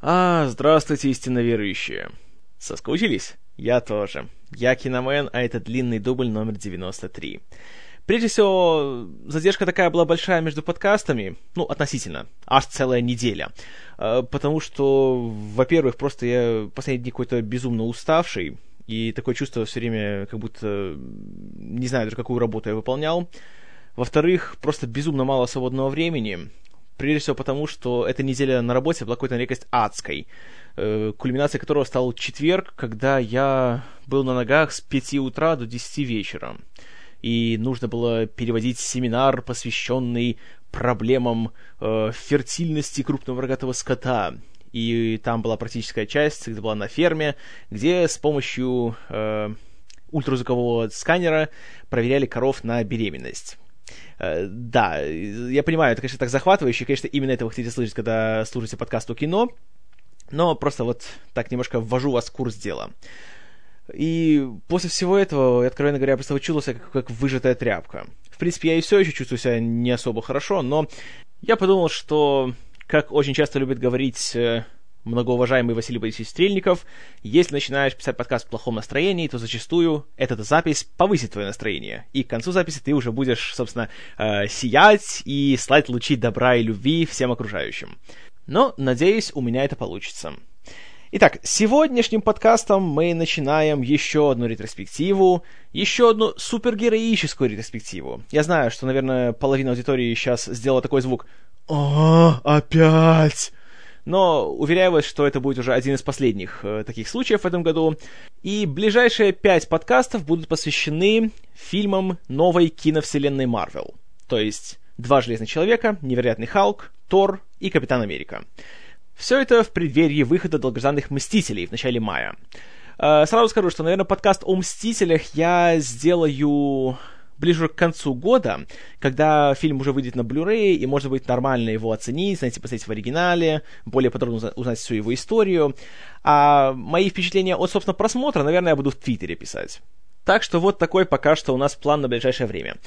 Здравствуйте, истинно верующие. Соскучились? Я тоже. Я Киномен, а это длинный дубль номер 93. Прежде всего, задержка такая была большая между подкастами, относительно, аж целая неделя. Потому что, во-первых, просто я последние дни какой-то безумно уставший, и такое чувство все время, как будто не знаю даже, какую работу я выполнял. Во-вторых, просто безумно мало свободного времени. Прежде всего потому, что эта неделя на работе была какой-то на редкость адской, кульминацией которого стал четверг, когда я был на ногах с 5 утра до 10 вечера. И нужно было переводить семинар, посвященный проблемам фертильности крупного рогатого скота. И там была практическая часть, где была на ферме, где с помощью ультразвукового сканера проверяли коров на беременность. Да, я понимаю, это, конечно, так захватывающе, конечно, именно это вы хотите слышать, когда слушаете подкаст о кино, но просто вот так немножко ввожу вас в курс дела. И после всего этого, я, откровенно говоря, просто чувствовал себя как выжатая тряпка. В принципе, я и все еще чувствую себя не особо хорошо, но я подумал, что, как очень часто любит говорить многоуважаемый Василий Борисович Стрельников, если начинаешь писать подкаст в плохом настроении, то зачастую эта запись повысит твое настроение. И к концу записи ты уже будешь, собственно, сиять и слать лучи добра и любви всем окружающим. Но, надеюсь, у меня это получится. Итак, сегодняшним подкастом мы начинаем еще одну ретроспективу, еще одну супергероическую ретроспективу. Я знаю, что, наверное, половина аудитории сейчас сделала такой звук «Опять!», но уверяю вас, что это будет уже один из последних таких случаев в этом году. И ближайшие 5 подкастов будут посвящены фильмам новой киновселенной Marvel. То есть 2 Железных Человека, Невероятный Халк, Тор и Капитан Америка. Все это в преддверии выхода долгожданных Мстителей в начале мая. Сразу скажу, что, наверное, подкаст о Мстителях я сделаю ближе к концу года, когда фильм уже выйдет на Blu-ray, и можно будет нормально его оценить, знаете, посмотреть в оригинале, более подробно узнать всю его историю. А мои впечатления от, собственно, просмотра, наверное, я буду в Твиттере писать. Так что вот такой пока что у нас план на ближайшее время.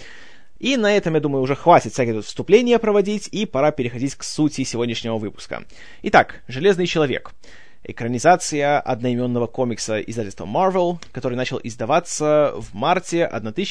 И на этом, я думаю, уже хватит всякие тут вступления проводить, и пора переходить к сути сегодняшнего выпуска. Итак, «Железный человек». Экранизация одноименного комикса издательства Marvel, который начал издаваться в марте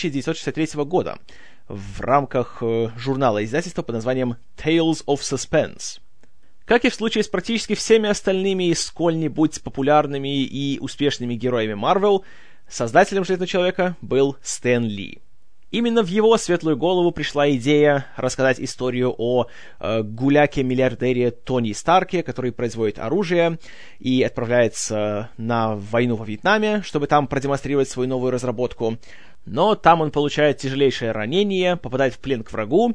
1963 года в рамках журнала издательства под названием Tales of Suspense. Как и в случае с практически всеми остальными сколь-нибудь популярными и успешными героями Marvel, создателем «Железного человека» был Стэн Ли. Именно в его светлую голову пришла идея рассказать историю о гуляке-миллиардере Тони Старке, который производит оружие и отправляется на войну во Вьетнаме, чтобы там продемонстрировать свою новую разработку. Но там он получает тяжелейшее ранение, попадает в плен к врагу,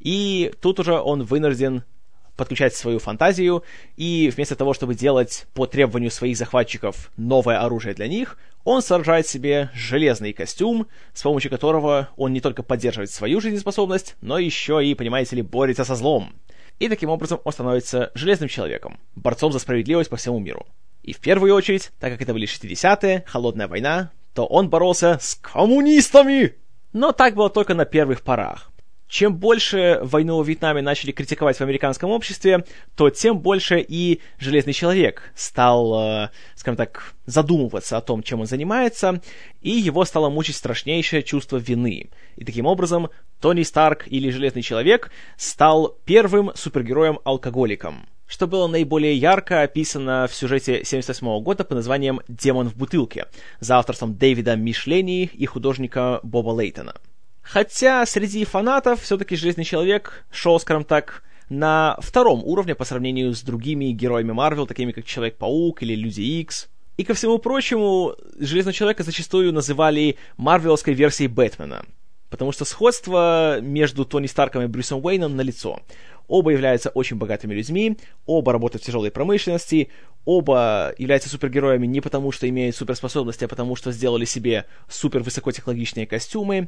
и тут уже он вынужден подключать свою фантазию, и вместо того, чтобы делать по требованию своих захватчиков новое оружие для них, он сооружает себе железный костюм, с помощью которого он не только поддерживает свою жизнеспособность, но еще и, понимаете ли, борется со злом. И таким образом он становится Железным Человеком, борцом за справедливость по всему миру. И в первую очередь, так как это были 60-е, холодная война, то он боролся с коммунистами! Но так было только на первых порах. Чем больше войну в Вьетнаме начали критиковать в американском обществе, то тем больше и Железный Человек стал, скажем так, задумываться о том, чем он занимается, и его стало мучить страшнейшее чувство вины. И таким образом Тони Старк или Железный Человек стал первым супергероем-алкоголиком, что было наиболее ярко описано в сюжете 1978 года под названием «Демон в бутылке» за авторством Дэвида Мишлени и художника Боба Лейтона. Хотя среди фанатов все-таки Железный Человек шел, скажем так, на втором уровне по сравнению с другими героями Марвел, такими как Человек-паук или Люди Икс. И ко всему прочему, Железного Человека зачастую называли марвеловской версией Бэтмена, потому что сходство между Тони Старком и Брюсом Уэйном налицо. Оба являются очень богатыми людьми, оба работают в тяжелой промышленности, оба являются супергероями не потому, что имеют суперспособности, а потому, что сделали себе супервысокотехнологичные костюмы.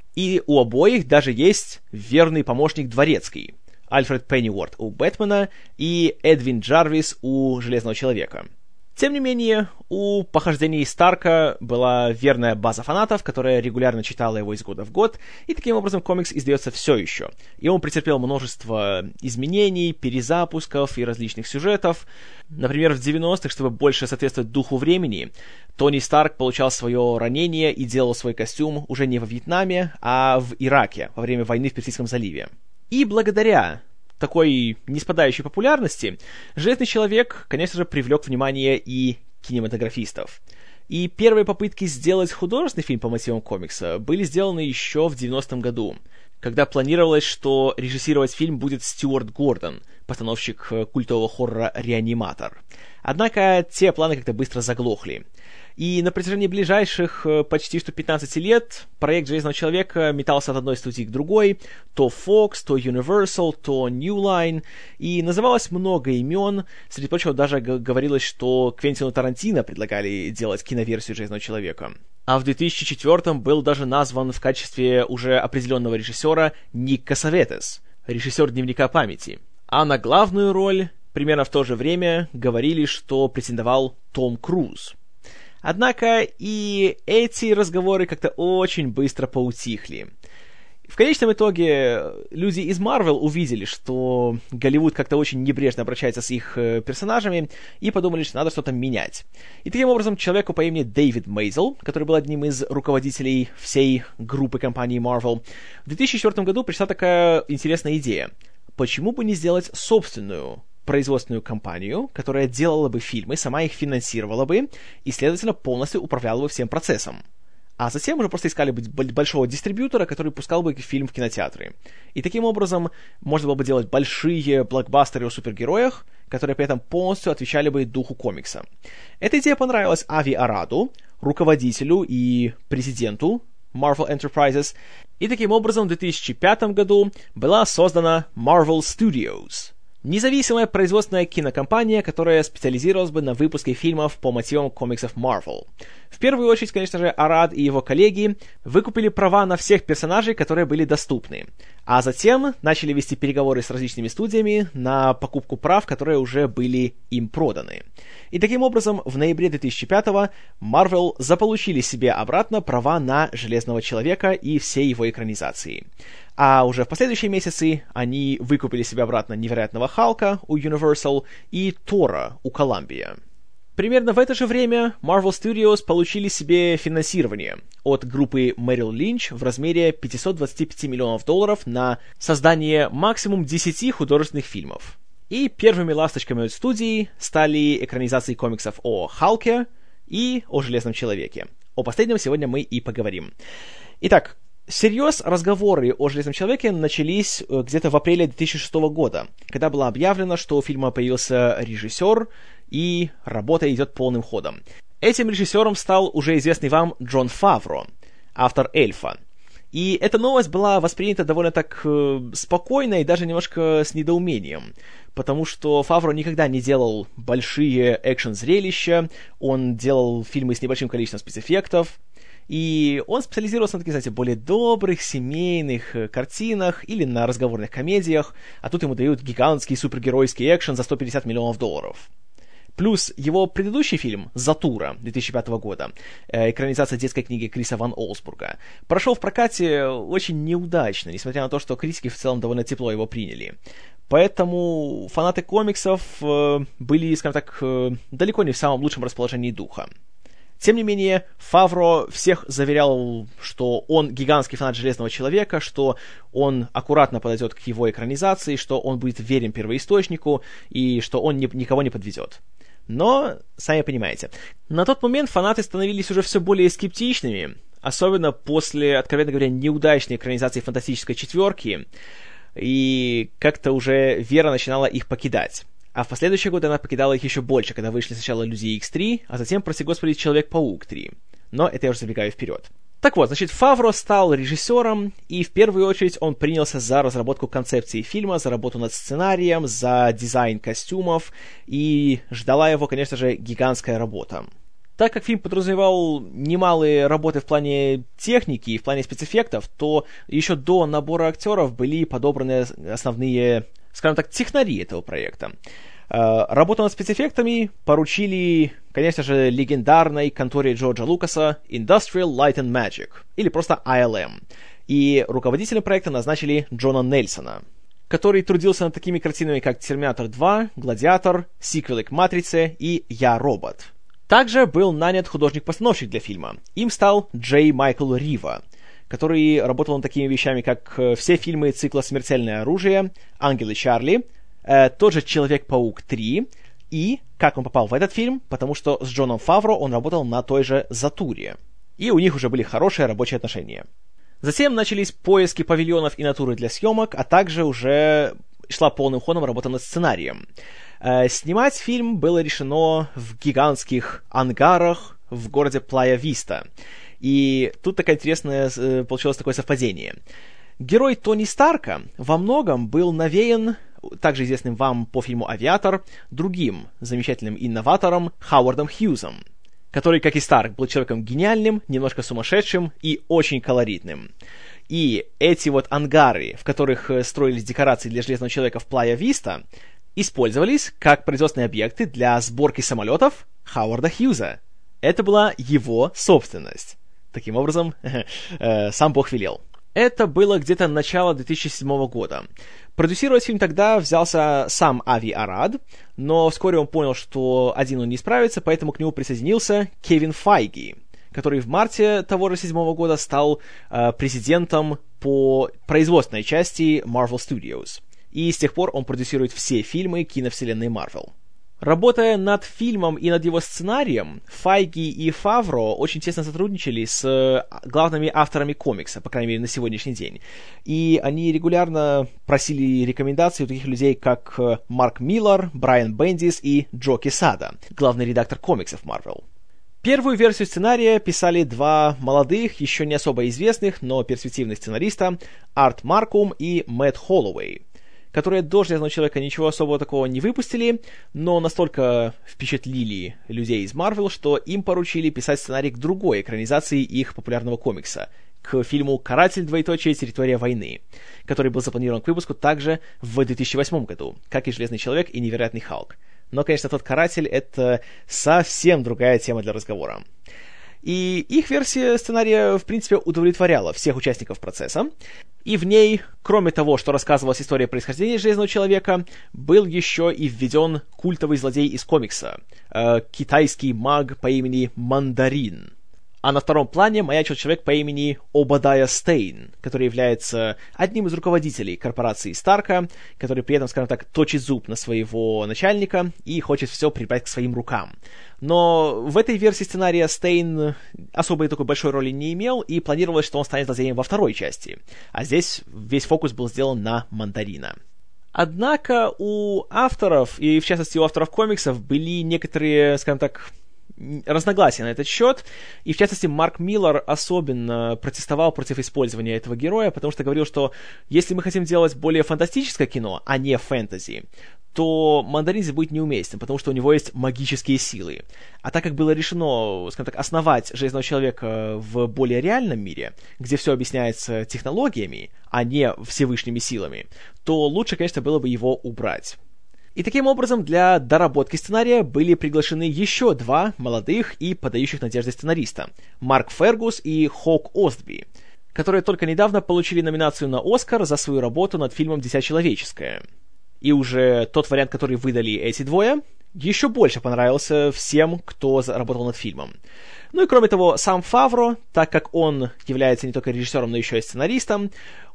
И у обоих даже есть верный помощник дворецкий. Альфред Пенниуорт у Бэтмена и Эдвин Джарвис у Железного Человека. Тем не менее, у похождений Старка была верная база фанатов, которая регулярно читала его из года в год, и таким образом комикс издается все еще. И он претерпел множество изменений, перезапусков и различных сюжетов. Например, в 90-х, чтобы больше соответствовать духу времени, Тони Старк получал свое ранение и делал свой костюм уже не во Вьетнаме, а в Ираке во время войны в Персидском заливе. И благодаря такой неспадающей популярности, «Железный человек», конечно же, привлек внимание и кинематографистов. И первые попытки сделать художественный фильм по мотивам комикса были сделаны еще в 90-м году, когда планировалось, что режиссировать фильм будет Стюарт Гордон, постановщик культового хоррора «Реаниматор». Однако те планы как-то быстро заглохли. И на протяжении ближайших почти что 15 лет проект «Железного человека» метался от одной студии к другой, то Fox, то Universal, то New Line, и называлось много имен, среди прочего даже говорилось, что Квентину Тарантино предлагали делать киноверсию «Железного человека». А в 2004-м был даже назван в качестве уже определенного режиссера Ник Кассаветес, режиссер «Дневника памяти». А на главную роль примерно в то же время говорили, что претендовал Том Круз. Однако и эти разговоры как-то очень быстро поутихли. В конечном итоге люди из Marvel увидели, что Голливуд как-то очень небрежно обращается с их персонажами, и подумали, что надо что-то менять. И таким образом человеку по имени Дэвид Мейзел, который был одним из руководителей всей группы компании Marvel, в 2004 году пришла такая интересная идея. Почему бы не сделать собственную производственную компанию, которая делала бы фильмы, сама их финансировала бы и, следовательно, полностью управляла бы всем процессом. А затем уже просто искали бы большого дистрибьютора, который пускал бы фильм в кинотеатры. И таким образом можно было бы делать большие блокбастеры о супергероях, которые при этом полностью отвечали бы духу комикса. Эта идея понравилась Ави Араду, руководителю и президенту Marvel Enterprises, и таким образом в 2005 году была создана Marvel Studios, независимая производственная кинокомпания, которая специализировалась бы на выпуске фильмов по мотивам комиксов Marvel. В первую очередь, конечно же, Арад и его коллеги выкупили права на всех персонажей, которые были доступны, а затем начали вести переговоры с различными студиями на покупку прав, которые уже были им проданы. И таким образом, в ноябре 2005-го Marvel заполучили себе обратно права на Железного Человека и все его экранизации. А уже в последующие месяцы они выкупили себе обратно Невероятного Халка у Universal и Тора у Columbia. Примерно в это же время Marvel Studios получили себе финансирование от группы Merrill Lynch в размере $525 миллионов на создание максимум 10 художественных фильмов. И первыми ласточками от студии стали экранизации комиксов о Халке и о Железном Человеке. О последнем сегодня мы и поговорим. Итак, всерьез разговоры о Железном Человеке начались где-то в апреле 2006 года, когда было объявлено, что у фильма появился режиссер, и работа идет полным ходом. Этим режиссером стал уже известный вам Джон Фавро, автор «Эльфа». И эта новость была воспринята довольно так спокойно и даже немножко с недоумением, потому что Фавро никогда не делал большие экшн-зрелища, он делал фильмы с небольшим количеством спецэффектов, и он специализировался на таких, знаете, более добрых, семейных картинах или на разговорных комедиях, а тут ему дают гигантский супергеройский экшен за $150 миллионов. Плюс его предыдущий фильм «Затура» 2005 года, экранизация детской книги Криса Ван Олсбурга, прошел в прокате очень неудачно, несмотря на то, что критики в целом довольно тепло его приняли. Поэтому фанаты комиксов были, скажем так, далеко не в самом лучшем расположении духа. Тем не менее, Фавро всех заверял, что он гигантский фанат Железного Человека, что он аккуратно подойдет к его экранизации, что он будет верен первоисточнику и что он никого не подведет. Но, сами понимаете, на тот момент фанаты становились уже все более скептичными, особенно после, откровенно говоря, неудачной экранизации «Фантастической четверки», и как-то уже вера начинала их покидать. А в последующие годы она покидала их еще больше, когда вышли сначала Люди Икс-3, а затем, прости господи, Человек-паук 3. Но это я уже забегаю вперед. Так вот, значит, Фавро стал режиссером, и в первую очередь он принялся за разработку концепции фильма, за работу над сценарием, за дизайн костюмов, и ждала его, конечно же, гигантская работа. Так как фильм подразумевал немалые работы в плане техники и в плане спецэффектов, то еще до набора актеров были подобраны основные, скажем так, технари этого проекта. Работу над спецэффектами поручили, конечно же, легендарной конторе Джорджа Лукаса Industrial Light and Magic, или просто ILM. И руководителем проекта назначили Джона Нельсона, который трудился над такими картинами, как «Терминатор 2», «Гладиатор», сиквелы к «Матрице» и «Я, робот». Также был нанят художник-постановщик для фильма. Им стал Джей Майкл Рива, который работал над такими вещами, как все фильмы цикла «Смертельное оружие», «Ангелы Чарли», тот же «Человек-паук 3», и как он попал в этот фильм, потому что с Джоном Фавро он работал на той же «Затуре». И у них уже были хорошие рабочие отношения. Затем начались поиски павильонов и натуры для съемок, а также уже шла полным ходом работа над сценарием. Снимать фильм было решено в гигантских ангарах в городе Плая-Виста. И тут получилось такое совпадение. Герой Тони Старка во многом был навеян, также известным вам по фильму «Авиатор», другим замечательным инноватором Ховардом Хьюзом, который, как и Старк, был человеком гениальным, немножко сумасшедшим и очень колоритным. И эти вот ангары, в которых строились декорации для Железного Человека в Плая-Виста, использовались как производственные объекты для сборки самолетов Ховарда Хьюза. Это была его собственность. Таким образом, сам Бог велел. Это было где-то начало 2007 года. Продюсировать фильм тогда взялся сам Ави Арад, но вскоре он понял, что один он не справится, поэтому к нему присоединился Кевин Файги, который в марте того же 2007 года стал президентом по производственной части Marvel Studios. И с тех пор он продюсирует все фильмы киновселенной Marvel. Работая над фильмом и над его сценарием, Файги и Фавро очень тесно сотрудничали с главными авторами комикса, по крайней мере, на сегодняшний день. И они регулярно просили рекомендаций у таких людей, как Марк Миллер, Брайан Бендис и Джо Кесада, главный редактор комиксов Marvel. Первую версию сценария писали два молодых, еще не особо известных, но перспективных сценариста Арт Маркум и Мэтт Холлоуэй, которые до «Железного человека» ничего особого такого не выпустили, но настолько впечатлили людей из Marvel, что им поручили писать сценарий к другой экранизации их популярного комикса, к фильму «Каратель. Территория войны», который был запланирован к выпуску также в 2008 году, как и «Железный человек» и «Невероятный Халк». Но, конечно, тот «Каратель» — это совсем другая тема для разговора. И их версия сценария, в принципе, удовлетворяла всех участников процесса. И в ней, кроме того, что рассказывалась история происхождения Железного Человека, был еще и введен культовый злодей из комикса, китайский маг по имени Мандарин. А на втором плане маячил человек по имени Обадая Стейн, который является одним из руководителей корпорации Старка, который при этом, скажем так, точит зуб на своего начальника и хочет все прибрать к своим рукам. Но в этой версии сценария Стейн особой такой большой роли не имел, и планировалось, что он станет злодеем во второй части. А здесь весь фокус был сделан на Мандарина. Однако у авторов, и в частности у авторов комиксов, были некоторые, скажем так, разногласия на этот счет, и в частности Марк Миллер особенно протестовал против использования этого героя, потому что говорил, что если мы хотим делать более фантастическое кино, а не фэнтези, то Мандарин здесь будет неуместен, потому что у него есть магические силы. А так как было решено, скажем так, основать Железного Человека в более реальном мире, где все объясняется технологиями, а не Всевышними силами, то лучше, конечно, было бы его убрать. И таким образом для доработки сценария были приглашены еще два молодых и подающих надежды сценариста — Марк Фергус и Хок Остби, которые только недавно получили номинацию на Оскар за свою работу над фильмом «Дитя человеческое». И уже тот вариант, который выдали эти двое, еще больше понравился всем, кто работал над фильмом. Ну и кроме того, сам Фавро, так как он является не только режиссером, но еще и сценаристом,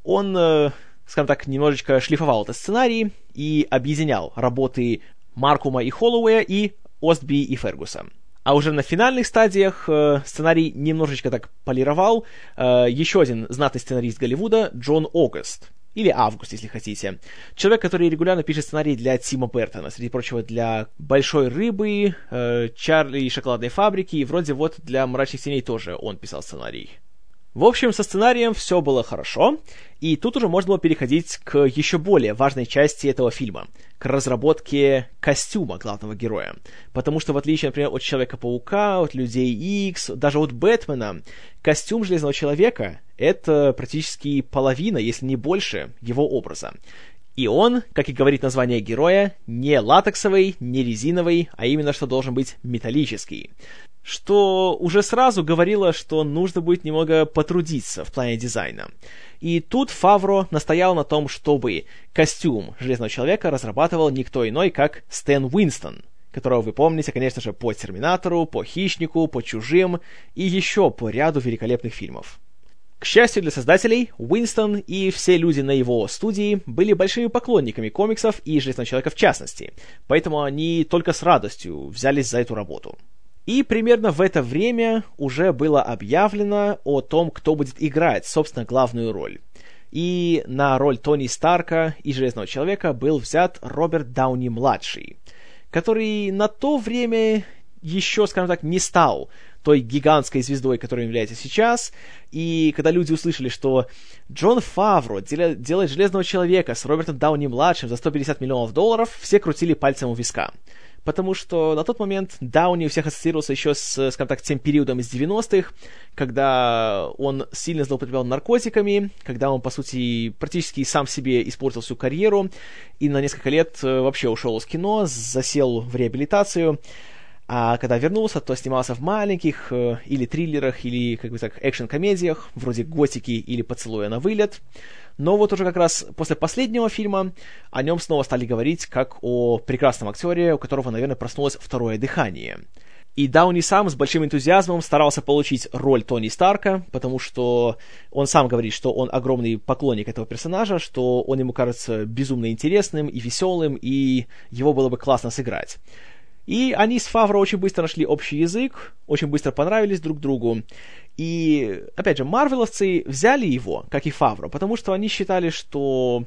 он, скажем так, немножечко шлифовал этот сценарий и объединял работы Маркума и Холлоуэя и Остби и Фергуса. А уже на финальных стадиях сценарий немножечко так полировал еще один знатный сценарист Голливуда Джон Огост. Или Август, если хотите. Человек, который регулярно пишет сценарии для Тима Бертона, среди прочего, для «Большой рыбы», «Чарли и шоколадной фабрики», и вроде вот для «Мрачных теней» тоже он писал сценарий. В общем, со сценарием все было хорошо, и тут уже можно было переходить к еще более важной части этого фильма, к разработке костюма главного героя. Потому что, в отличие, например, от Человека-паука, от Людей Икс, даже от Бэтмена, костюм Железного Человека — это практически половина, если не больше, его образа. И он, как и говорит название героя, не латексовый, не резиновый, а именно что должен быть металлический. Что уже сразу говорило, что нужно будет немного потрудиться в плане дизайна. И тут Фавро настоял на том, чтобы костюм Железного Человека разрабатывал никто иной, как Стэн Уинстон, которого вы помните, конечно же, по Терминатору, по Хищнику, по Чужим и еще по ряду великолепных фильмов. К счастью для создателей, Уинстон и все люди на его студии были большими поклонниками комиксов и Железного Человека в частности, поэтому они только с радостью взялись за эту работу. И примерно в это время уже было объявлено о том, кто будет играть, собственно, главную роль. И на роль Тони Старка и Железного Человека был взят Роберт Дауни-младший, который на то время еще, скажем так, не стал той гигантской звездой, которой он является сейчас. И когда люди услышали, что Джон Фавро делает Железного Человека с Робертом Дауни-младшим за $150 миллионов, все крутили пальцем у виска. Потому что на тот момент Дауни у всех ассоциировался еще с, скажем так, тем периодом из 90-х, когда он сильно злоупотреблял наркотиками, когда он, по сути, практически сам себе испортил всю карьеру и на несколько лет вообще ушел из кино, засел в реабилитацию. А когда вернулся, то снимался в маленьких или триллерах, или, как бы так, экшн-комедиях, вроде «Готики» или «Поцелуя на вылет». Но вот уже как раз после последнего фильма о нем снова стали говорить как о прекрасном актере, у которого, наверное, проснулось второе дыхание. И Дауни сам с большим энтузиазмом старался получить роль Тони Старка, потому что он сам говорит, что он огромный поклонник этого персонажа, что он ему кажется безумно интересным и веселым, и его было бы классно сыграть. И они с Фавро очень быстро нашли общий язык, очень быстро понравились друг другу. И, опять же, марвеловцы взяли его, как и Фавро, потому что они считали, что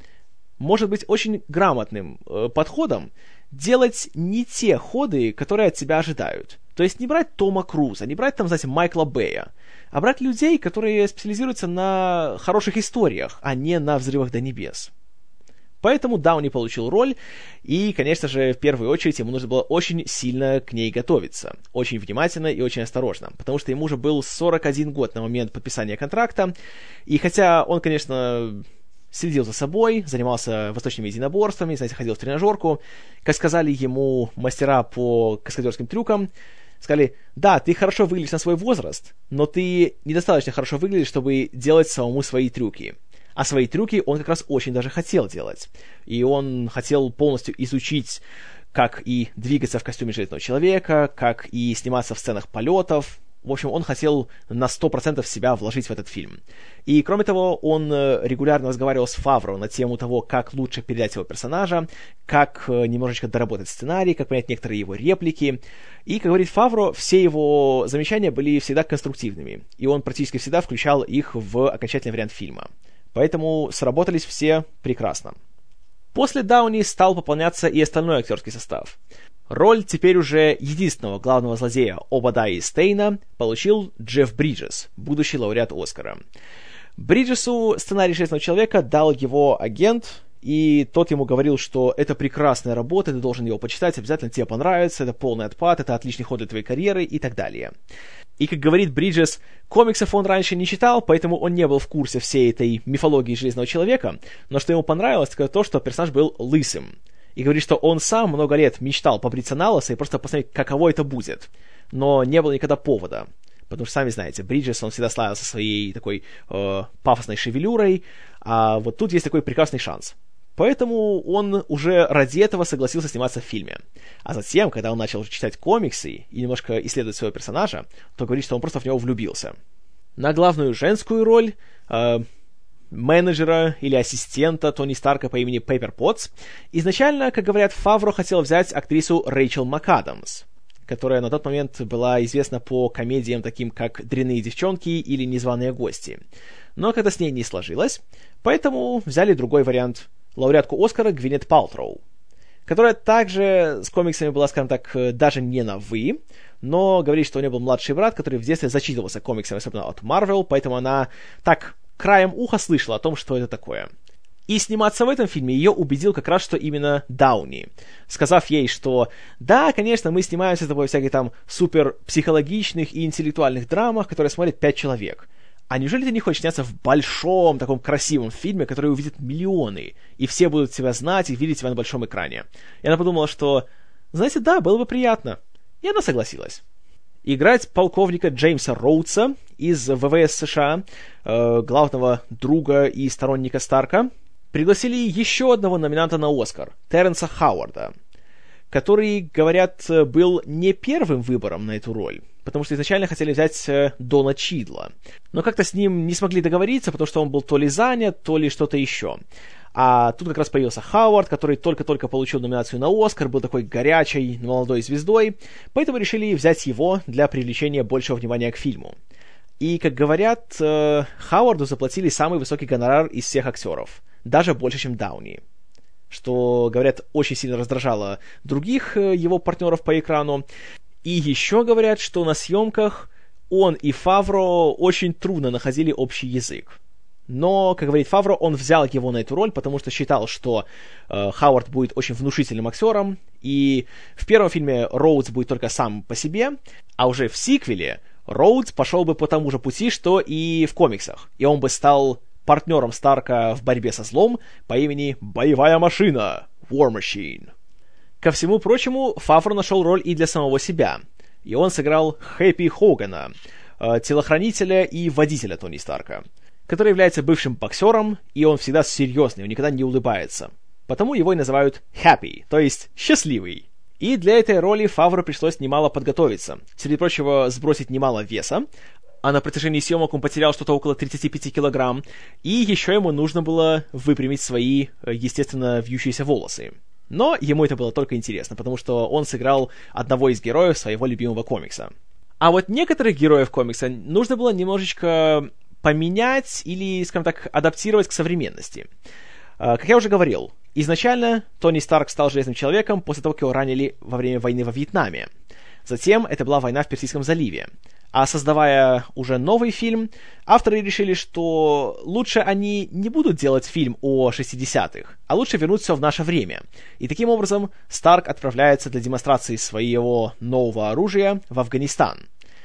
может быть очень грамотным подходом делать не те ходы, которые от тебя ожидают. То есть не брать Тома Круза, не брать, там, знаете, Майкла Бэя, а брать людей, которые специализируются на хороших историях, а не на взрывах до небес. Поэтому Дауни получил роль, и, конечно же, в первую очередь ему нужно было очень сильно к ней готовиться. Очень внимательно и очень осторожно, потому что ему уже был 41 год на момент подписания контракта, и хотя он, конечно, следил за собой, занимался восточными единоборствами, знаете, ходил в тренажерку, как сказали ему мастера по каскадерским трюкам, сказали: да, ты хорошо выглядишь на свой возраст, но ты недостаточно хорошо выглядишь, чтобы делать самому свои трюки. А свои трюки он как раз очень даже хотел делать. И он хотел полностью изучить, как и двигаться в костюме Железного Человека, как и сниматься в сценах полетов. В общем, он хотел на 100% себя вложить в этот фильм. И, кроме того, он регулярно разговаривал с Фавро на тему того, как лучше передать его персонажа, как немножечко доработать сценарий, как понять некоторые его реплики. И, как говорит Фавро, все его замечания были всегда конструктивными. И он практически всегда включал их в окончательный вариант фильма. Поэтому сработались все прекрасно. После Дауни стал пополняться и остальной актерский состав. Роль теперь уже единственного главного злодея Обадайи Стейна получил Джефф Бриджес, будущий лауреат Оскара. Бриджесу сценарий «Железного Человека» дал его агент, и тот ему говорил, что это прекрасная работа, ты должен его почитать, обязательно тебе понравится, это полный отпад, это отличный ход для твоей карьеры и так далее. И, как говорит Бриджес, комиксов он раньше не читал, поэтому он не был в курсе всей этой мифологии Железного Человека, но что ему понравилось, так это то, что персонаж был лысым. И говорит, что он сам много лет мечтал побриться на лысо и просто посмотреть, каково это будет. Но не было никогда повода. Потому что, сами знаете, Бриджес, он всегда славился своей такой пафосной шевелюрой, а вот тут есть такой прекрасный шанс. Поэтому он уже ради этого согласился сниматься в фильме. А затем, когда он начал читать комиксы и немножко исследовать своего персонажа, то говорит, что он просто в него влюбился. На главную женскую роль менеджера или ассистента Тони Старка по имени Пеппер Потс изначально, как говорят, Фавро хотел взять актрису Рэйчел МакАдамс, которая на тот момент была известна по комедиям таким, как «Дрянные девчонки» или «Незваные гости». Но когда с ней не сложилось, поэтому взяли другой вариант – лауреатку Оскара Гвинет Палтроу, которая также с комиксами была, скажем так, даже не на «вы», но говорит, что у нее был младший брат, который в детстве зачитывался комиксами, особенно от Marvel, поэтому она так краем уха слышала о том, что это такое. И сниматься в этом фильме ее убедил как раз, что именно Дауни, сказав ей, что да, конечно, мы снимаемся с тобой в всяких там супер психологичных и интеллектуальных драмах, которые смотрят 5 человек. а неужели ты не хочешь сняться в большом, таком красивом фильме, который увидят миллионы, и все будут тебя знать и видеть тебя на большом экране? И она подумала, что, знаете, да, было бы приятно. И она согласилась. Играть полковника Джеймса Роудса из ВВС США, главного друга и сторонника Старка, пригласили еще одного номинанта на Оскар, Терренса Хауарда, который, говорят, был не первым выбором на эту роль, потому что изначально хотели взять Дона Чидла. Но как-то с ним не смогли договориться, потому что он был то ли занят, то ли что-то еще. А тут как раз появился Хауард, который только-только получил номинацию на Оскар, был такой горячей, молодой звездой, поэтому решили взять его для привлечения большего внимания к фильму. И, как говорят, Хауарду заплатили самый высокий гонорар из всех актеров, даже больше, чем Дауни, что, говорят, очень сильно раздражало других его партнеров по экрану. И еще говорят, что на съемках он и Фавро очень трудно находили общий язык. Но, как говорит Фавро, он взял его на эту роль, потому что считал, что Хауард будет очень внушительным актером, и в первом фильме Роудс будет только сам по себе, а уже в сиквеле Роудс пошел бы по тому же пути, что и в комиксах, и он бы стал партнером Старка в борьбе со злом по имени Боевая машина, War Machine. Ко всему прочему, Фавро нашел роль и для самого себя, и он сыграл Хэппи Хогана, телохранителя и водителя Тони Старка, который является бывшим боксером, и он всегда серьезный, он никогда не улыбается. Потому его и называют Happy, то есть счастливый. И для этой роли Фавро пришлось немало подготовиться. Среди прочего, сбросить немало веса, а на протяжении съемок он потерял что-то около 35 килограмм, и еще ему нужно было выпрямить свои, естественно, вьющиеся волосы. Но ему это было только интересно, потому что он сыграл одного из героев своего любимого комикса. А вот некоторых героев комикса нужно было немножечко поменять или, скажем так, адаптировать к современности. Как я уже говорил, изначально Тони Старк стал Железным Человеком после того, как его ранили во время войны во Вьетнаме. Затем это была война в Персидском заливе. А создавая уже новый фильм, авторы решили, что лучше они не будут делать фильм о 60-х, а лучше вернуть все в наше время. И таким образом Старк отправляется для демонстрации своего нового оружия в Афганистан.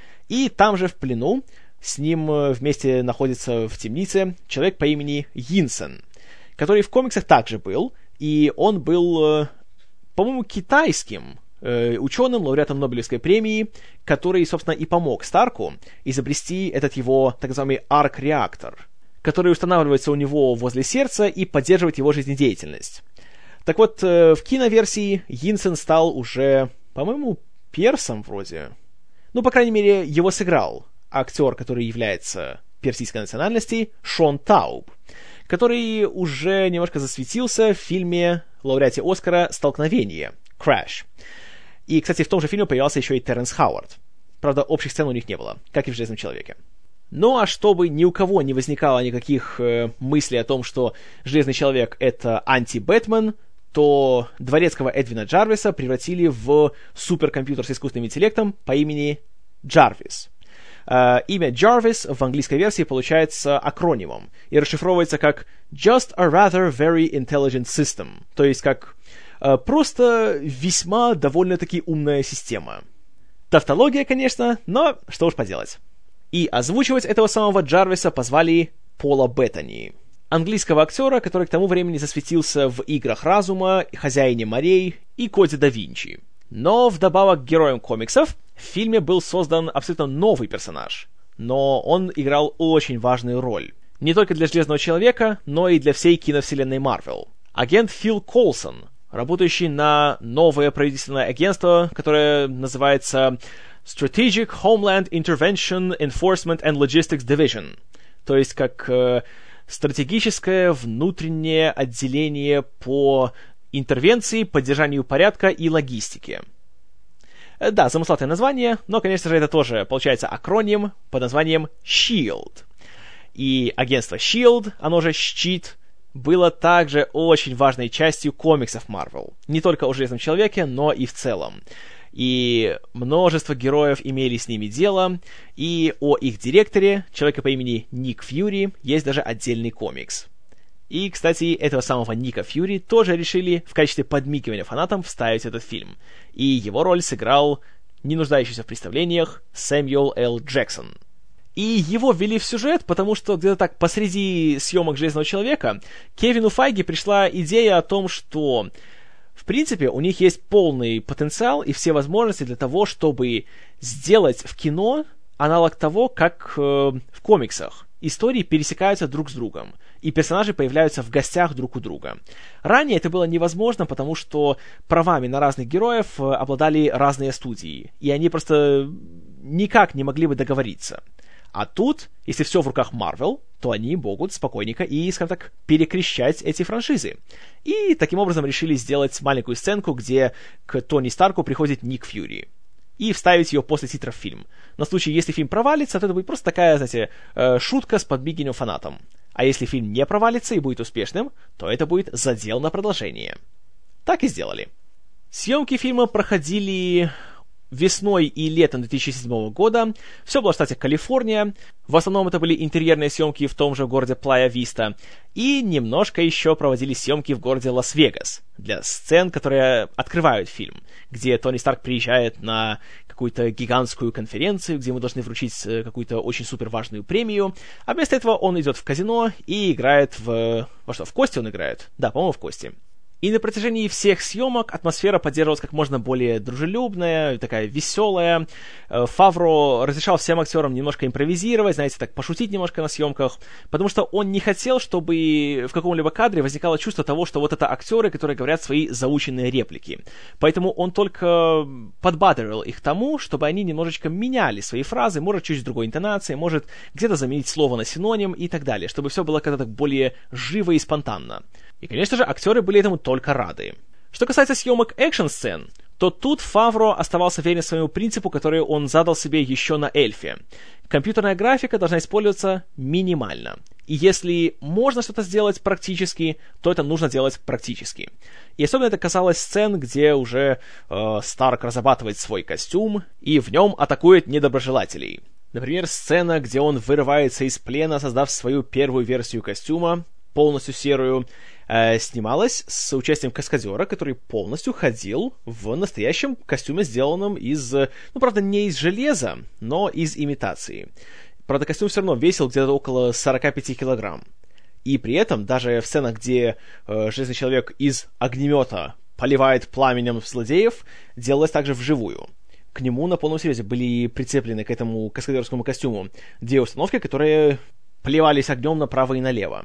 И там же в плену с ним вместе находится в темнице человек по имени Йинсен, который в комиксах также был, и он был, по-моему, китайским ученым, лауреатом Нобелевской премии, который, собственно, и помог Старку изобрести этот его так называемый арк-реактор, который устанавливается у него возле сердца и поддерживает его жизнедеятельность. Так вот, в киноверсии Йинсен стал уже, по-моему, персом вроде. Ну, по крайней мере, его сыграл актер, который является персидской национальности, Шон Тауб, который уже немножко засветился в фильме лауреате Оскара «Столкновение» Crash. И, кстати, в том же фильме появился еще и Терренс Хауард. Правда, общих сцен у них не было, как и в «Железном человеке». Ну, а чтобы ни у кого не возникало никаких мыслей о том, что Железный Человек — это анти-Бэтмен, то дворецкого Эдвина Джарвиса превратили в суперкомпьютер с искусственным интеллектом по имени Джарвис. Имя Jarvis в английской версии получается акронимом и расшифровывается как «Just a rather very intelligent system», то есть как просто весьма довольно-таки умная система. Тавтология, конечно, но что уж поделать. И озвучивать этого самого Джарвиса позвали Пола Беттани, английского актера, который к тому времени засветился в «Играх разума», «Хозяине морей» и «Коде да Винчи». Но вдобавок к героям комиксов в фильме был создан абсолютно новый персонаж, но он играл очень важную роль. Не только для Железного Человека, но и для всей киновселенной Марвел. Агент Фил Колсон, работающий на новое правительственное агентство, которое называется Strategic Homeland Intervention Enforcement and Logistics Division, то есть как стратегическое внутреннее отделение по интервенции, поддержанию порядка и логистике. Да, замысловатое название, но, конечно же, это тоже получается акроним под названием SHIELD. И агентство SHIELD, оно же «Щит», было также очень важной частью комиксов Marvel. Не только о Железном Человеке, но и в целом. И множество героев имели с ними дело, и о их директоре, человека по имени Ник Фьюри, есть даже отдельный комикс. И, кстати, этого самого Ника Фьюри тоже решили в качестве подмигивания фанатам вставить в этот фильм. И его роль сыграл не нуждающийся в представлениях Сэмюэл Л. Джексон. И его ввели в сюжет, потому что где-то так посреди съемок «Железного человека» Кевину Файги пришла идея о том, что в принципе у них есть полный потенциал и все возможности для того, чтобы сделать в кино аналог того, как в комиксах. Истории пересекаются друг с другом, и персонажи появляются в гостях друг у друга. Ранее это было невозможно, потому что правами на разных героев обладали разные студии, и они просто никак не могли бы договориться. А тут, если все в руках Marvel, то они могут спокойненько и, скажем так, перекрещать эти франшизы. И таким образом решили сделать маленькую сценку, где к Тони Старку приходит Ник Фьюри. И вставить ее после титров в фильм. На случай, если фильм провалится, то это будет просто такая, знаете, шутка с подмигиванием фанатам. А если фильм не провалится и будет успешным, то это будет задел на продолжение. Так и сделали. Съемки фильма проходили весной и летом 2007 года. Все было в штате Калифорния. В основном это были интерьерные съемки в том же городе Плая-Виста. И немножко еще проводились съемки в городе Лас-Вегас для сцен, которые открывают фильм, где Тони Старк приезжает на какую-то гигантскую конференцию, где ему должны вручить какую-то очень супер важную премию. А вместо этого он идет в казино и играет в... Во что, в кости он играет? Да, по-моему, в кости. И на протяжении всех съемок атмосфера поддерживалась как можно более дружелюбная, такая веселая. Фавро разрешал всем актерам немножко импровизировать, знаете, так пошутить немножко на съемках, потому что он не хотел, чтобы в каком-либо кадре возникало чувство того, что вот это актеры, которые говорят свои заученные реплики. Поэтому он только подбадривал их тому, чтобы они немножечко меняли свои фразы, может, чуть с другой интонацией, может, где-то заменить слово на синоним и так далее, чтобы все было как-то так более живо и спонтанно. И, конечно же, актеры были этому только рады. Что касается съемок экшн-сцен, то тут Фавро оставался верен своему принципу, который он задал себе еще на Эльфе. Компьютерная графика должна использоваться минимально. И если можно что-то сделать практически, то это нужно делать практически. И особенно это касалось сцен, где уже Старк разрабатывает свой костюм и в нем атакует недоброжелателей. Например, сцена, где он вырывается из плена, создав свою первую версию костюма, полностью серую, снималась с участием каскадера, который полностью ходил в настоящем костюме, сделанном из, правда, не из железа, но из имитации. Правда, костюм все равно весил где-то около 45 килограмм. И при этом, даже в сценах, где Железный Человек из огнемета поливает пламенем злодеев, делалось также вживую. К нему на полном серьезе были прицеплены к этому каскадерскому костюму две установки, которые поливались огнем направо и налево.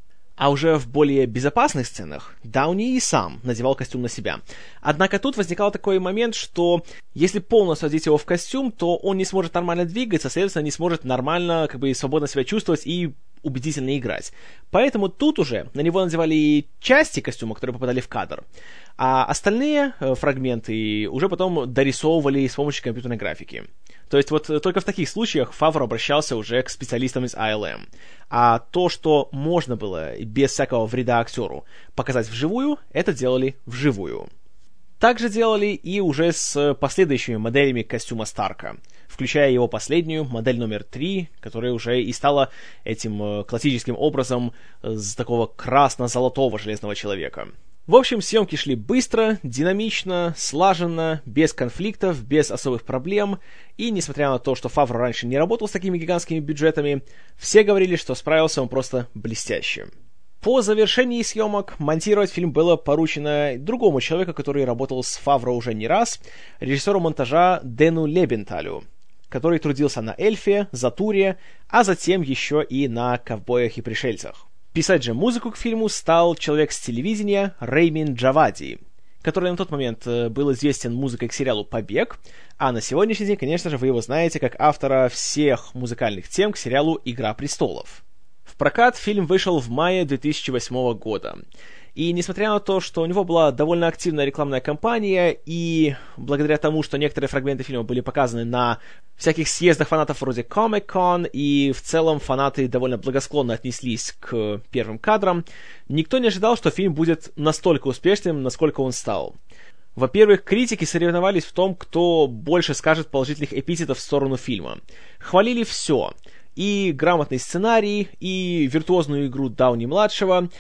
А уже в более безопасных сценах Дауни и сам надевал костюм на себя. Однако тут возникал такой момент, что если полностью одеть его в костюм, то он не сможет нормально двигаться, следовательно, не сможет нормально, свободно себя чувствовать и убедительно играть. Поэтому тут уже на него надевали части костюма, которые попадали в кадр, а остальные фрагменты уже потом дорисовывали с помощью компьютерной графики. То есть вот только в таких случаях Фавро обращался уже к специалистам из ILM. А то, что можно было без всякого вреда актеру показать вживую, это делали вживую. Также делали и уже с последующими моделями костюма Старка, включая его последнюю, модель номер 3, которая уже и стала этим классическим образом с такого красно-золотого Железного Человека. В общем, съемки шли быстро, динамично, слаженно, без конфликтов, без особых проблем, и несмотря на то, что Фавро раньше не работал с такими гигантскими бюджетами, все говорили, что справился он просто блестяще. По завершении съемок монтировать фильм было поручено другому человеку, который работал с Фавро уже не раз, режиссеру монтажа Дэну Лебенталю, который трудился на «Эльфе», «Затуре», а затем еще и на «Ковбоях и пришельцах». Писать же музыку к фильму стал человек с телевидения Реймин Джавади, который на тот момент был известен музыкой к сериалу «Побег», а на сегодняшний день, конечно же, вы его знаете как автора всех музыкальных тем к сериалу «Игра престолов». В прокат фильм вышел в мае 2008 года. И несмотря на то, что у него была довольно активная рекламная кампания, и благодаря тому, что некоторые фрагменты фильма были показаны на всяких съездах фанатов вроде Comic-Con, и в целом фанаты довольно благосклонно отнеслись к первым кадрам, никто не ожидал, что фильм будет настолько успешным, насколько он стал. Во-первых, критики соревновались в том, кто больше скажет положительных эпитетов в сторону фильма. Хвалили все. И грамотный сценарий, и виртуозную игру Дауни-младшего,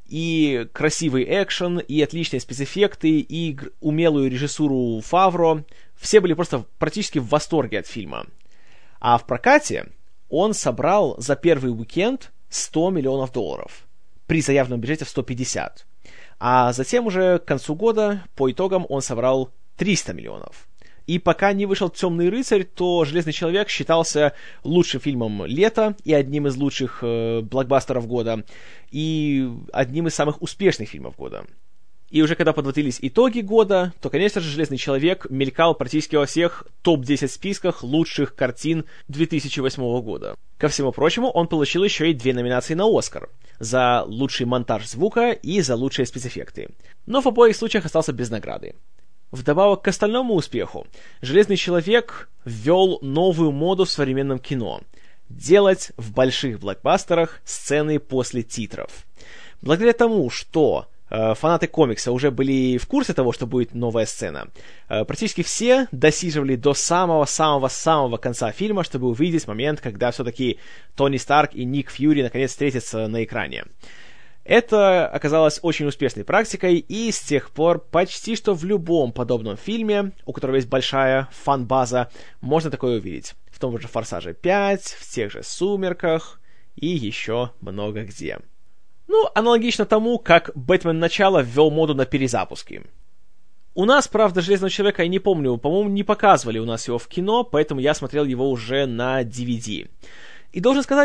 и красивый экшен, и отличные спецэффекты, и умелую режиссуру Фавро. Все были просто практически в восторге от фильма. А в прокате он собрал за первый уикенд $100 миллионов при заявленном бюджете в 150. А затем уже к концу года, по итогам, он собрал 300 миллионов. И пока не вышел «Темный рыцарь», то «Железный человек» считался лучшим фильмом лета и одним из лучших блокбастеров года, и одним из самых успешных фильмов года. И уже когда подводились итоги года, то, конечно же, «Железный человек» мелькал практически во всех топ-10 списках лучших картин 2008 года. Ко всему прочему, он получил еще и 2 номинации на «Оскар» за лучший монтаж звука и за лучшие спецэффекты. Но в обоих случаях остался без награды. Вдобавок к остальному успеху, «Железный человек» ввел новую моду в современном кино — делать в больших блокбастерах сцены после титров. Благодаря тому, что фанаты комикса уже были в курсе того, что будет новая сцена, практически все досиживали до самого-самого-самого конца фильма, чтобы увидеть момент, когда все-таки Тони Старк и Ник Фьюри наконец встретятся на экране. Это оказалось очень успешной практикой, и с тех пор почти что в любом подобном фильме, у которого есть большая фан-база, можно такое увидеть. В том же «Форсаже 5», в тех же «Сумерках» и еще много где. Ну, аналогично тому, как «Бэтмен. Начало» ввел моду на перезапуски. У нас, правда, «Железного человека» я не помню, по-моему, не показывали у нас его в кино, поэтому я смотрел его уже на DVD. И должен сказать,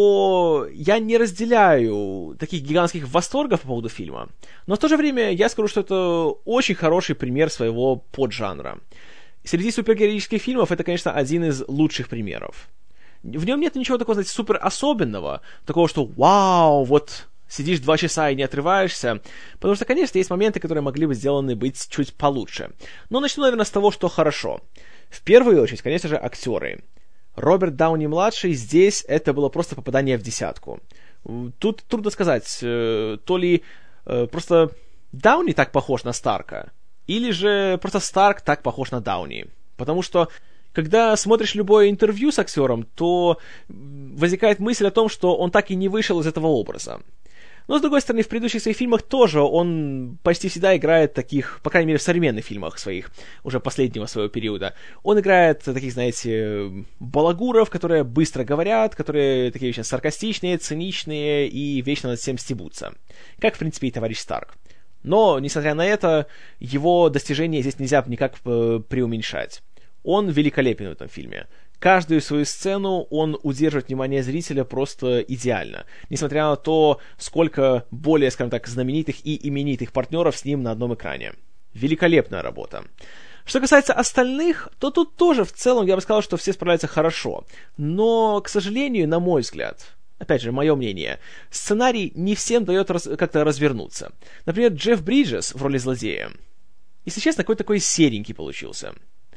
что я не разделяю таких гигантских восторгов по поводу фильма, но в то же время я скажу, что это очень хороший пример своего поджанра. Среди супергероических фильмов это, конечно, один из лучших примеров. В нем нет ничего такого, знаете, супер особенного, такого, что «Вау, вот сидишь 2 часа и не отрываешься», потому что, конечно, есть моменты, которые могли бы сделаны быть чуть получше. Но начну, наверное, с того, что хорошо. В первую очередь, конечно же, актеры. Роберт Дауни-младший здесь это было просто попадание в десятку. Тут трудно сказать, то ли просто Дауни так похож на Старка, или же просто Старк так похож на Дауни. Потому что, когда смотришь любое интервью с актером, то возникает мысль о том, что он так и не вышел из этого образа. Но, с другой стороны, в предыдущих своих фильмах тоже он почти всегда играет таких, по крайней мере, в современных фильмах своих, уже последнего своего периода. Он играет таких, знаете, балагуров, которые быстро говорят, которые такие очень саркастичные, циничные и вечно над всем стебутся. Как, в принципе, и товарищ Старк. Но, несмотря на это, его достижения здесь нельзя никак преуменьшать. Он великолепен в этом фильме. Каждую свою сцену он удерживает внимание зрителя просто идеально, несмотря на то, сколько более, скажем так, знаменитых и именитых партнеров с ним на одном экране. Великолепная работа. Что касается остальных, то тут тоже в целом я бы сказал, что все справляются хорошо. Но, к сожалению, на мой взгляд, опять же, мое мнение, сценарий не всем дает как-то развернуться. Например, Джефф Бриджес в роли злодея. Если честно, какой-то такой серенький получился.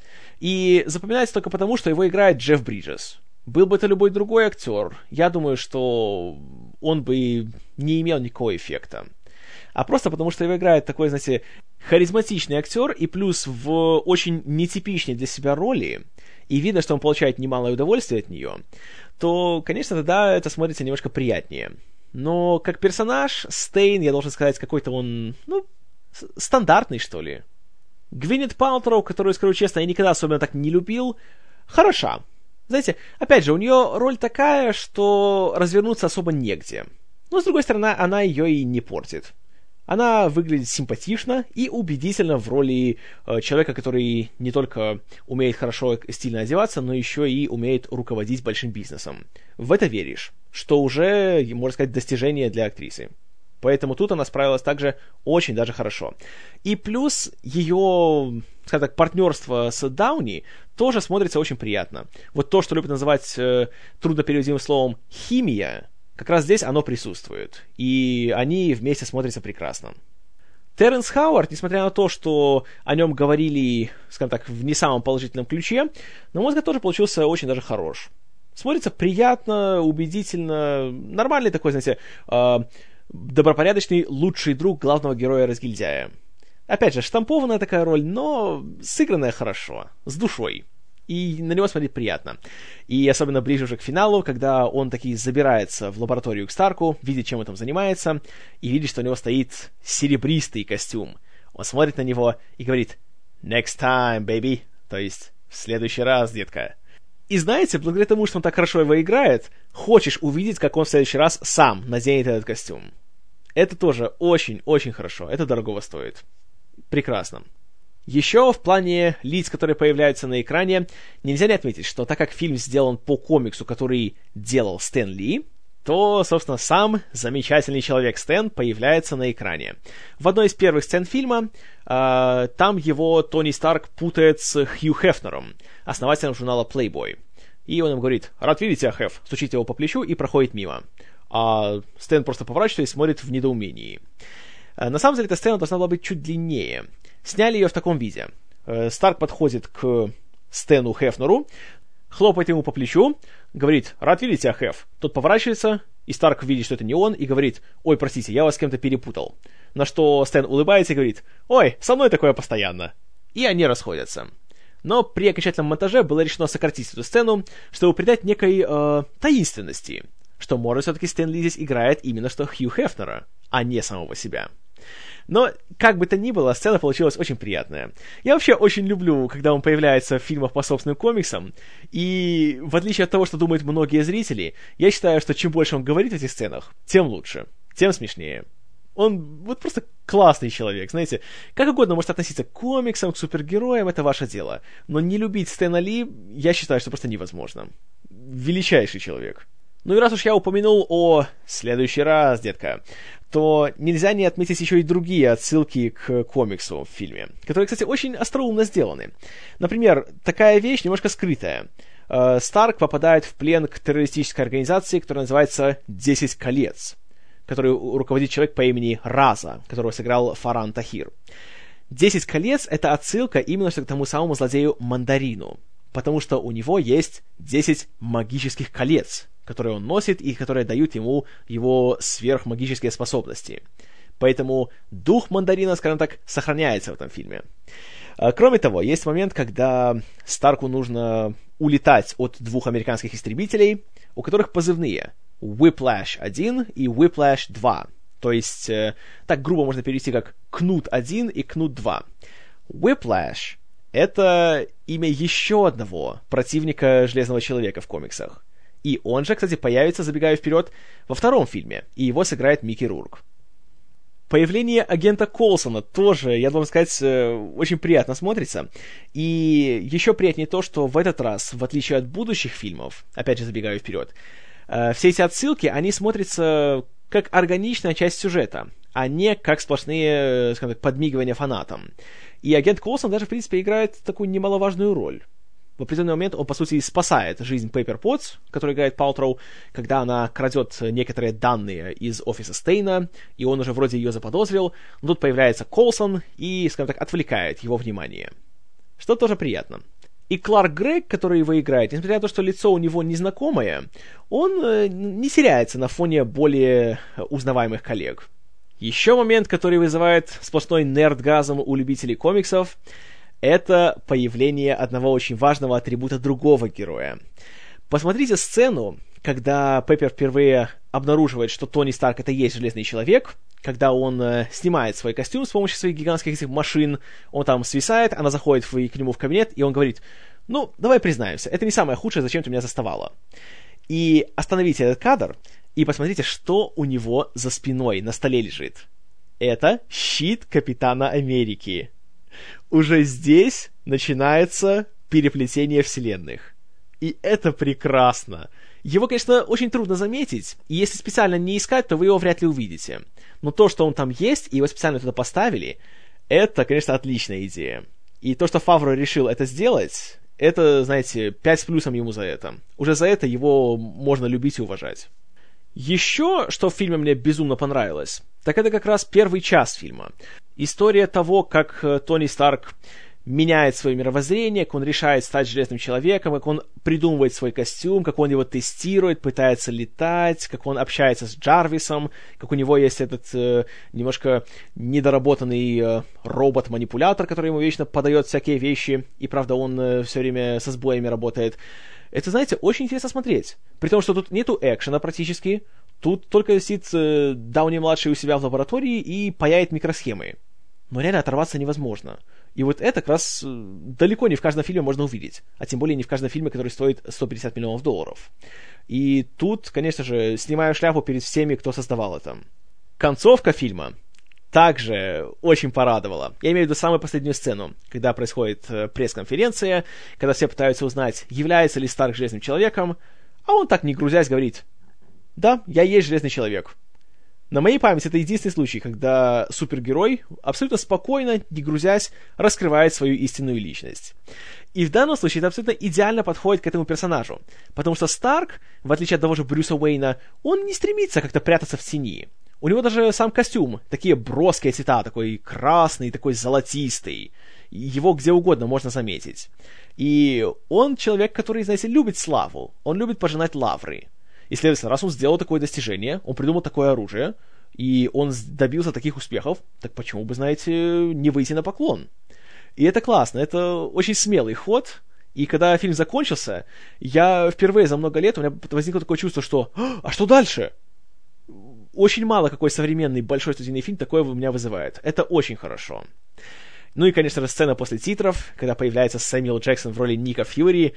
И запоминается только потому, что его играет Джефф Бриджес. Был бы это любой другой актер, я думаю, что он бы не имел никакого эффекта. А просто потому, что его играет такой, знаете, харизматичный актер, и плюс в очень нетипичной для себя роли, и видно, что он получает немалое удовольствие от нее, то, конечно, тогда это смотрится немножко приятнее. Но как персонаж, Стейн, я должен сказать, какой-то он, стандартный, что ли. Гвинет Палтроу, которую, скажу честно, я никогда особенно так не любил, хороша. Знаете, опять же, у нее роль такая, что развернуться особо негде. Но, с другой стороны, она ее и не портит. Она выглядит симпатично и убедительно в роли человека, который не только умеет хорошо стильно одеваться, но еще и умеет руководить большим бизнесом. В это веришь, что уже, можно сказать, достижение для актрисы. Поэтому тут она справилась также очень даже хорошо. И плюс ее, скажем так, партнерство с Дауни тоже смотрится очень приятно. Вот то, что любят называть труднопереводимым словом «химия», как раз здесь оно присутствует. И они вместе смотрятся прекрасно. Терренс Хауард, несмотря на то, что о нем говорили, скажем так, в не самом положительном ключе, на мой взгляд, тоже получился очень даже хорош. Смотрится приятно, убедительно, нормальный такой, знаете, добропорядочный лучший друг главного героя-разгильдяя. Опять же, штампованная такая роль, но сыгранная хорошо, с душой. И на него смотреть приятно. И особенно ближе уже к финалу, когда он таки забирается в лабораторию к Старку, видит, чем он там занимается, и видит, что у него стоит серебристый костюм. Он смотрит на него и говорит «Next time, baby», то есть «В следующий раз, детка». И знаете, благодаря тому, что он так хорошо его играет, хочешь увидеть, как он в следующий раз сам наденет этот костюм. Это тоже очень-очень хорошо. Это дорогого стоит. Прекрасно. Еще в плане лиц, которые появляются на экране, нельзя не отметить, что так как фильм сделан по комиксу, который делал Стэн Ли, то, собственно, сам замечательный человек Стэн появляется на экране. В одной из первых сцен фильма там его Тони Старк путает с Хью Хефнером, основателем журнала Playboy. И он ему говорит: «Рад видеть тебя, Хеф», стучит его по плечу и проходит мимо. А Стэн просто поворачивается и смотрит в недоумении. На самом деле, эта сцена должна была быть чуть длиннее. Сняли ее в таком виде. Старк подходит к Стэну Хефнеру, хлопает ему по плечу, говорит: «Рад видеть тебя, Хеф». Тот поворачивается, и Старк видит, что это не он, и говорит: «Ой, простите, я вас с кем-то перепутал». На что Стэн улыбается и говорит: «Ой, со мной такое постоянно». И они расходятся. Но при окончательном монтаже было решено сократить эту сцену, чтобы придать некой таинственности, что, может, все-таки Стэн Ли здесь играет именно что Хью Хефнера, а не самого себя. Но, как бы то ни было, сцена получилась очень приятная. Я вообще очень люблю, когда он появляется в фильмах по собственным комиксам, и, в отличие от того, что думают многие зрители, я считаю, что чем больше он говорит в этих сценах, тем лучше, тем смешнее. Он вот просто классный человек, знаете. Как угодно может относиться к комиксам, к супергероям, это ваше дело. Но не любить Стэна Ли, я считаю, что просто невозможно. Величайший человек. Ну и раз уж я упомянул о «Следующий раз, детка», то нельзя не отметить еще и другие отсылки к комиксу в фильме, которые, кстати, очень остроумно сделаны. Например, такая вещь немножко скрытая. Старк попадает в плен к террористической организации, которая называется «10 колец», которой руководит человек по имени Раза, которого сыграл Фаран Тахир. 10 колец — это отсылка именно что к тому самому злодею Мандарину, потому что у него есть 10 магических колец, которые он носит и которые дают ему его сверхмагические способности. Поэтому дух Мандарина, скажем так, сохраняется в этом фильме. Кроме того, есть момент, когда Старку нужно улетать от 2 американских истребителей, у которых позывные Whiplash 1 и Whiplash 2. То есть, так грубо можно перевести как Кнут 1 и Кнут 2. Whiplash — это имя еще одного противника Железного Человека в комиксах. И он же, кстати, появится, забегая вперед, во 2 фильме, и его сыграет Микки Рурк. Появление агента Коулсона тоже, я должен сказать, очень приятно смотрится. И еще приятнее то, что в этот раз, в отличие от будущих фильмов, опять же забегаю вперед, все эти отсылки, они смотрятся как органичная часть сюжета, а не как сплошные, скажем так, подмигивания фанатам. И агент Коулсон даже, в принципе, играет такую немаловажную роль. В определенный момент он, по сути, спасает жизнь Пеппер Потс, которая играет Палтроу, когда она крадет некоторые данные из офиса Стейна, и он уже вроде ее заподозрил, но тут появляется Коулсон и, скажем так, отвлекает его внимание. Что тоже приятно. И Кларк Грейг, который его играет, несмотря на то, что лицо у него незнакомое, он не теряется на фоне более узнаваемых коллег. Еще момент, который вызывает сплошной нердгазм у любителей комиксов, это появление одного очень важного атрибута другого героя. Посмотрите сцену, когда Пеппер впервые обнаруживает, что Тони Старк — это и есть Железный Человек, когда он снимает свой костюм с помощью своих гигантских этих машин, он там свисает, она заходит к нему в кабинет, и он говорит: «Ну, давай признаемся, это не самое худшее, зачем ты меня заставала». И остановите этот кадр, и посмотрите, что у него за спиной на столе лежит. Это щит Капитана Америки. Уже здесь начинается переплетение вселенных. И это прекрасно. Его, конечно, очень трудно заметить, и если специально не искать, то вы его вряд ли увидите. Но то, что он там есть, и его специально туда поставили, это, конечно, отличная идея. И то, что Фавро решил это сделать, это, знаете, 5 с плюсом ему за это. Уже за это его можно любить и уважать. Еще, что в фильме мне безумно понравилось, так это как раз первый час фильма. История того, как Тони Старк меняет свое мировоззрение, как он решает стать Железным Человеком, как он придумывает свой костюм, как он его тестирует, пытается летать, как он общается с Джарвисом, как у него есть этот немножко недоработанный робот-манипулятор, который ему вечно подает всякие вещи, и, правда, он все время со сбоями работает. Это, знаете, очень интересно смотреть. При том, что тут нету экшена практически, тут только сидит Дауни-младший у себя в лаборатории и паяет микросхемы. Но реально оторваться невозможно. И вот это как раз далеко не в каждом фильме можно увидеть. А тем более не в каждом фильме, который стоит $150 миллионов. И тут, конечно же, снимаю шляпу перед всеми, кто создавал это. Концовка фильма также очень порадовала. Я имею в виду самую последнюю сцену, когда происходит пресс-конференция, когда все пытаются узнать, является ли Старк Железным Человеком, а он так, не грузясь, говорит: «Да, я и есть Железный Человек». На моей памяти это единственный случай, когда супергерой абсолютно спокойно, не грузясь, раскрывает свою истинную личность. И в данном случае это абсолютно идеально подходит к этому персонажу, потому что Старк, в отличие от того же Брюса Уэйна, он не стремится как-то прятаться в тени. У него даже сам костюм, такие броские цвета, такой красный, такой золотистый. Его где угодно можно заметить. И он человек, который, знаете, любит славу, он любит пожинать лавры. И, следовательно, раз он сделал такое достижение, он придумал такое оружие, и он добился таких успехов, так почему бы, знаете, не выйти на поклон? И это классно, это очень смелый ход, и когда фильм закончился, я впервые за много лет, у меня возникло такое чувство, что «А что дальше?» Очень мало какой современный большой студийный фильм такое у меня вызывает. Это очень хорошо. Ну и, конечно же, сцена после титров, когда появляется Сэмюэл Джексон в роли Ника Фьюри.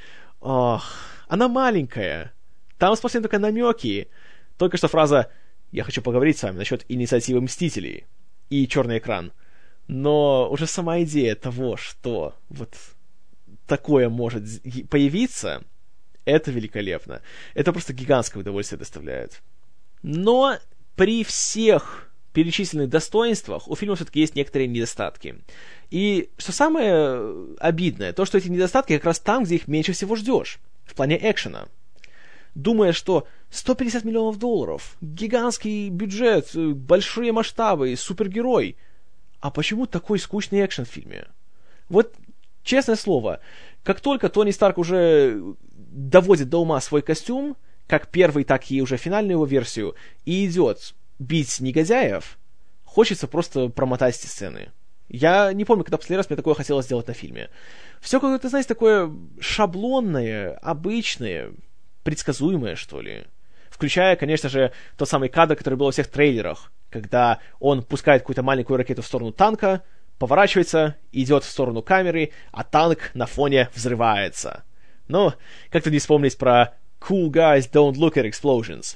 Она маленькая. Там сплошные только намеки. Только что фраза «Я хочу поговорить с вами насчет инициативы Мстителей» и черный экран. Но уже сама идея того, что вот такое может появиться, это великолепно. Это просто гигантское удовольствие доставляет. Но при всех перечисленных достоинствах у фильма все-таки есть некоторые недостатки. И что самое обидное, то, что эти недостатки как раз там, где их меньше всего ждешь, в плане экшена. Думая, что $150 миллионов, гигантский бюджет, большие масштабы, супергерой. А почему такой скучный экшен в фильме? Вот, честное слово, как только Тони Старк уже доводит до ума свой костюм, как первый, так и уже финальную его версию, и идет бить негодяев, хочется просто промотать эти сцены. Я не помню, когда последний раз мне такое хотелось сделать на фильме. Все какое-то, знаете, такое шаблонное, обычное, предсказуемое, что ли. Включая, конечно же, тот самый кадр, который был во всех трейлерах, когда он пускает какую-то маленькую ракету в сторону танка, поворачивается, идет в сторону камеры, а танк на фоне взрывается. Ну, как-то не вспомнить про «Cool guys don't look at explosions».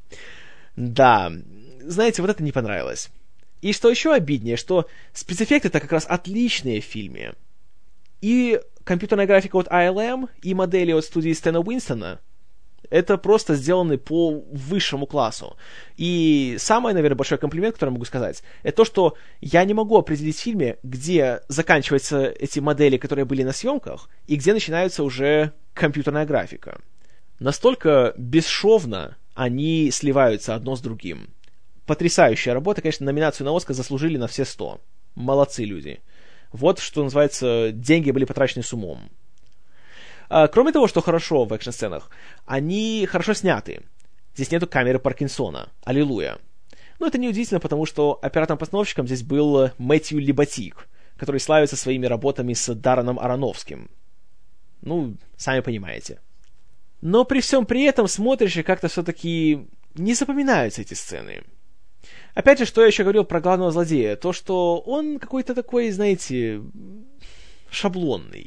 Да, знаете, вот это не понравилось. И что еще обиднее, что спецэффекты-то как раз отличные в фильме. И компьютерная графика от ILM, и модели от студии Стэна Уинстона — это просто сделаны по высшему классу. И самый, наверное, большой комплимент, который я могу сказать, это то, что я не могу определить в фильме, где заканчиваются эти модели, которые были на съемках, и где начинается уже компьютерная графика. Настолько бесшовно они сливаются одно с другим. Потрясающая работа, конечно, номинацию на Оскар заслужили на все 100. Молодцы люди. Вот, что называется, деньги были потрачены с умом. Кроме того, что хорошо в экшн-сценах, они хорошо сняты. Здесь нету камеры Паркинсона. Аллилуйя. Но это неудивительно, потому что оператором-постановщиком здесь был Мэтью Либатик, который славится своими работами с Дарреном Аронофским. Ну, сами понимаете. Но при всем при этом смотришь, и как-то все-таки не запоминаются эти сцены. Опять же, что я еще говорил про главного злодея, то, что он какой-то такой, знаете, шаблонный.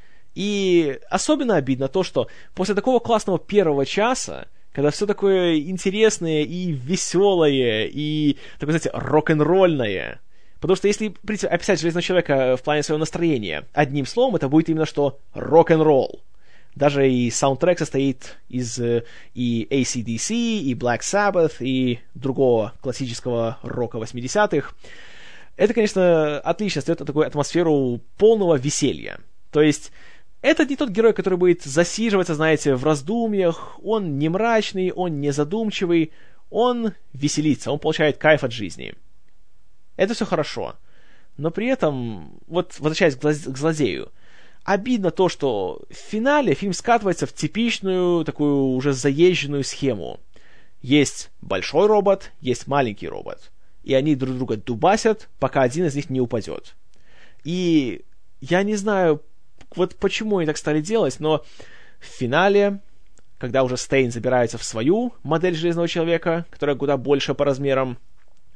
И особенно обидно то, что после такого классного первого часа, когда все такое интересное и веселое, и такое, знаете, рок-н-ролльное. Потому что если описать Железного Человека в плане своего настроения одним словом, это будет именно что рок-н-ролл. Даже и саундтрек состоит из и AC/DC, и Black Sabbath, и другого классического рока 80-х. Это, конечно, отлично создает такую атмосферу полного веселья. То есть это не тот герой, который будет засиживаться, знаете, в раздумьях. Он не мрачный, он не задумчивый. Он веселится, он получает кайф от жизни. Это все хорошо. Но при этом, вот возвращаясь к злодею, обидно то, что в финале фильм скатывается в типичную, такую уже заезженную схему. Есть большой робот, есть маленький робот. И они друг друга дубасят, пока один из них не упадет. И я не знаю, вот почему они так стали делать, но в финале, когда уже Стейн забирается в свою модель Железного Человека, которая куда больше по размерам,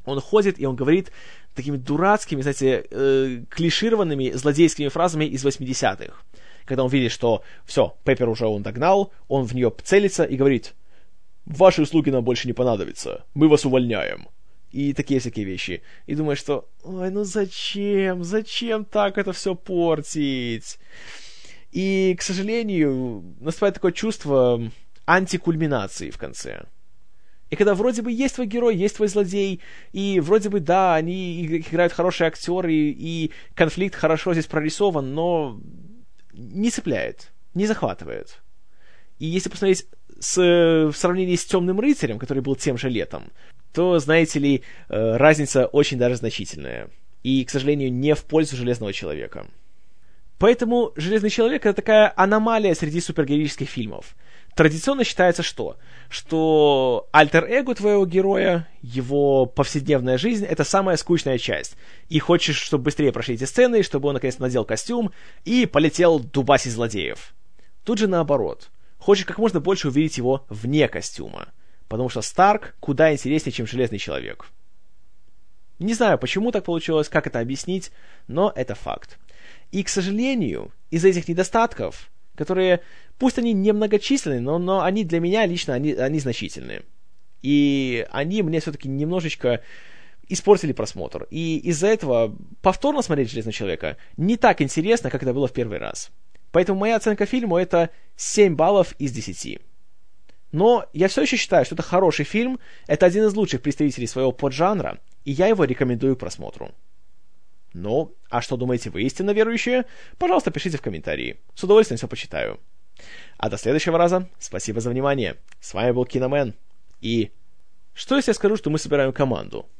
Он ходит, и он говорит такими дурацкими, знаете, клишированными злодейскими фразами из 80-х. Когда он видит, что все, Пеппер уже он догнал, он в нее целится и говорит: «Ваши услуги нам больше не понадобятся, мы вас увольняем». И такие всякие вещи. И думаешь, что ой, ну зачем так это все портить? И, к сожалению, наступает такое чувство антикульминации в конце. И когда вроде бы есть твой герой, есть твой злодей, и вроде бы, да, они играют хорошие актеры, и конфликт хорошо здесь прорисован, но не цепляет, не захватывает. И если посмотреть в сравнении с «Темным рыцарем», который был тем же летом, то, знаете ли, разница очень даже значительная. И, к сожалению, не в пользу «Железного человека». Поэтому «Железный человек» — это такая аномалия среди супергероических фильмов. Традиционно считается что альтер-эго твоего героя, его повседневная жизнь — это самая скучная часть. И хочешь, чтобы быстрее прошли эти сцены, чтобы он наконец надел костюм и полетел дубасить злодеев. Тут же наоборот. Хочешь как можно больше увидеть его вне костюма. Потому что Старк куда интереснее, чем Железный человек. Не знаю, почему так получилось, как это объяснить, но это факт. И, к сожалению, из-за этих недостатков, которые, пусть они немногочисленны, но они для меня лично, они значительны. И они мне все-таки немножечко испортили просмотр. И из-за этого повторно смотреть «Железного человека» не так интересно, как это было в первый раз. Поэтому моя оценка фильму — это 7 баллов из 10. Но я все еще считаю, что это хороший фильм, это один из лучших представителей своего поджанра, и я его рекомендую к просмотру. Ну, а что думаете вы, истинно верующие? Пожалуйста, пишите в комментарии. С удовольствием все почитаю. А до следующего раза. Спасибо за внимание. С вами был Киномен. И что если я скажу, что мы собираем команду?